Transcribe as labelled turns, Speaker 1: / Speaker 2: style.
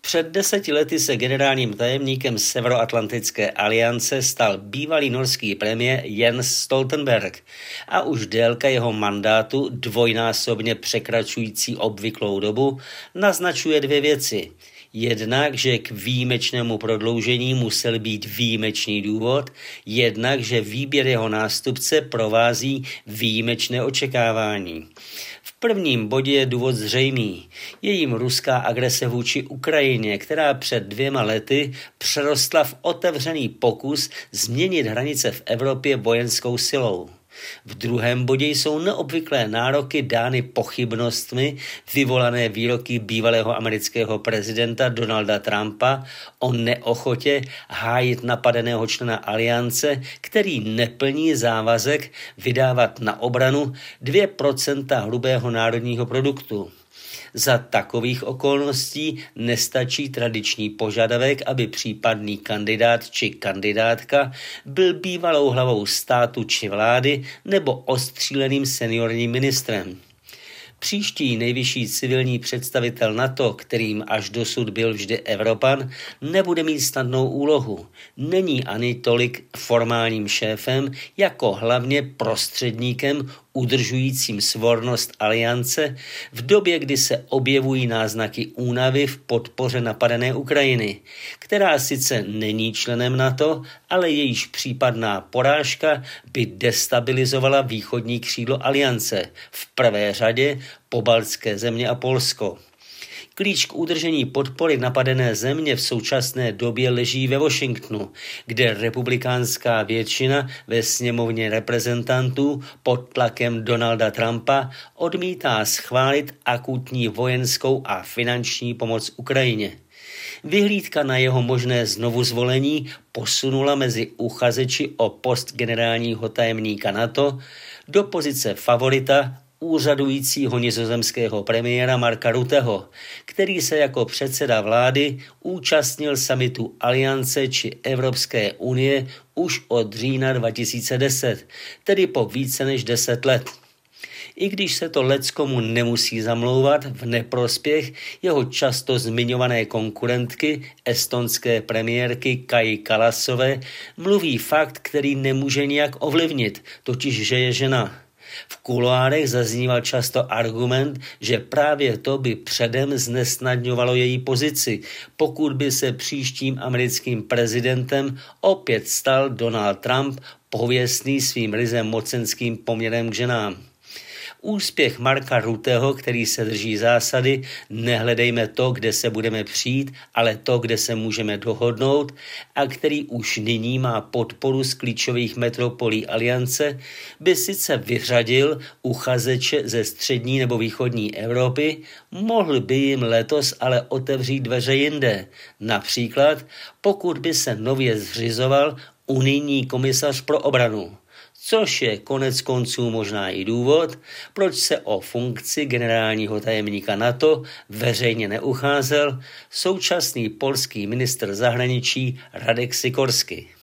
Speaker 1: Před 10 lety se generálním tajemníkem Severoatlantické aliance stal bývalý norský premiér Jens Stoltenberg a už délka jeho mandátu, dvojnásobně překračující obvyklou dobu, naznačuje dvě věci. Jednak, že k výjimečnému prodloužení musel být výjimečný důvod, jednak, že výběr jeho nástupce provází výjimečné očekávání. V prvním bodě je důvod zřejmý. Je jim ruská agrese vůči Ukrajině, která před 2 lety přerostla v otevřený pokus změnit hranice v Evropě vojenskou silou. V druhém bodě jsou neobvyklé nároky dány pochybnostmi vyvolané výroky bývalého amerického prezidenta Donalda Trumpa o neochotě hájit napadeného člena aliance, který neplní závazek vydávat na obranu 2% hrubého národního produktu. Za takových okolností nestačí tradiční požadavek, aby případný kandidát či kandidátka byl bývalou hlavou státu či vlády nebo ostříleným seniorním ministrem. Příští nejvyšší civilní představitel NATO, kterým až dosud byl vždy Evropan, nebude mít snadnou úlohu. Není ani tolik formálním šéfem, jako hlavně prostředníkem udržujícím svornost aliance v době, kdy se objevují náznaky únavy v podpoře napadené Ukrajiny, která sice není členem NATO, ale jejíž případná porážka by destabilizovala východní křídlo aliance, v prvé řadě pobaltské země a Polsko. Klíč k udržení podpory napadené země v současné době leží ve Washingtonu, kde republikánská většina ve sněmovně reprezentantů pod tlakem Donalda Trumpa odmítá schválit akutní vojenskou a finanční pomoc Ukrajině. Vyhlídka na jeho možné znovuzvolení posunula mezi uchazeči o post generálního tajemníka NATO do pozice favorita úřadujícího nizozemského premiéra Marka Rutteho, který se jako předseda vlády účastnil summitu Aliance či Evropské unie už od října 2010, tedy po více než 10 let. I když se to leckomu nemusí zamlouvat v neprospěch jeho často zmiňované konkurentky, estonské premiérky Kaji Kallasové, mluví fakt, který nemůže nijak ovlivnit, totiž že je žena. V kuloárech zazníval často argument, že právě to by předem znesnadňovalo její pozici, pokud by se příštím americkým prezidentem opět stal Donald Trump, pověstný svým ryze mocenským poměrem k ženám. Úspěch Marka Rutteho, který se drží zásady, nehledejme to, kde se budeme přijít, ale to, kde se můžeme dohodnout, a který už nyní má podporu z klíčových metropolí aliance, by sice vyřadil uchazeče ze střední nebo východní Evropy, mohl by jim letos ale otevřít dveře jinde. Například, pokud by se nově zřizoval unijní komisař pro obranu. Což je konec konců možná i důvod, proč se o funkci generálního tajemníka NATO veřejně neucházel současný polský ministr zahraničí Radek Sikorski.